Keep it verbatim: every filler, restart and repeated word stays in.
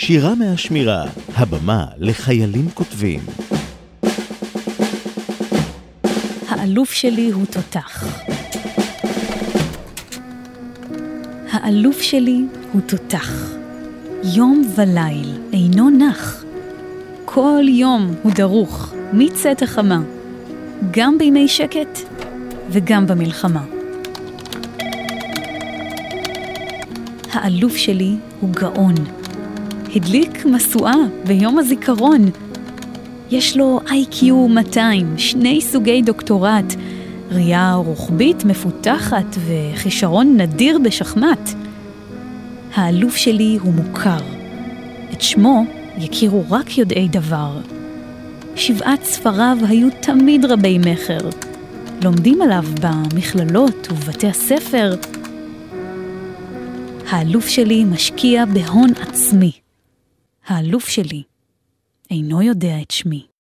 שירה מהשמירה, הבמה לחיילים כותבים. האלוף שלי הוא תותח. האלוף שלי הוא תותח. יום וליל אינו נח. כל יום הוא דרוך מצאת החמה, גם בימי שקט וגם במלחמה. האלוף שלי הוא גאון. הדליק מסועה ביום הזיכרון. יש לו איי קיו מאתיים, שני סוגי דוקטורט, ראייה רוחבית מפותחת וחישרון נדיר בשחמט. האלוף שלי הוא מוכר. את שמו יכירו רק יודעי דבר. שבעת ספריו היו תמיד רבי מחר. לומדים עליו במכללות ובבתי הספר. האלוף שלי משקיע בהון עצמי. האלוף שלי אינו יודע את שמי.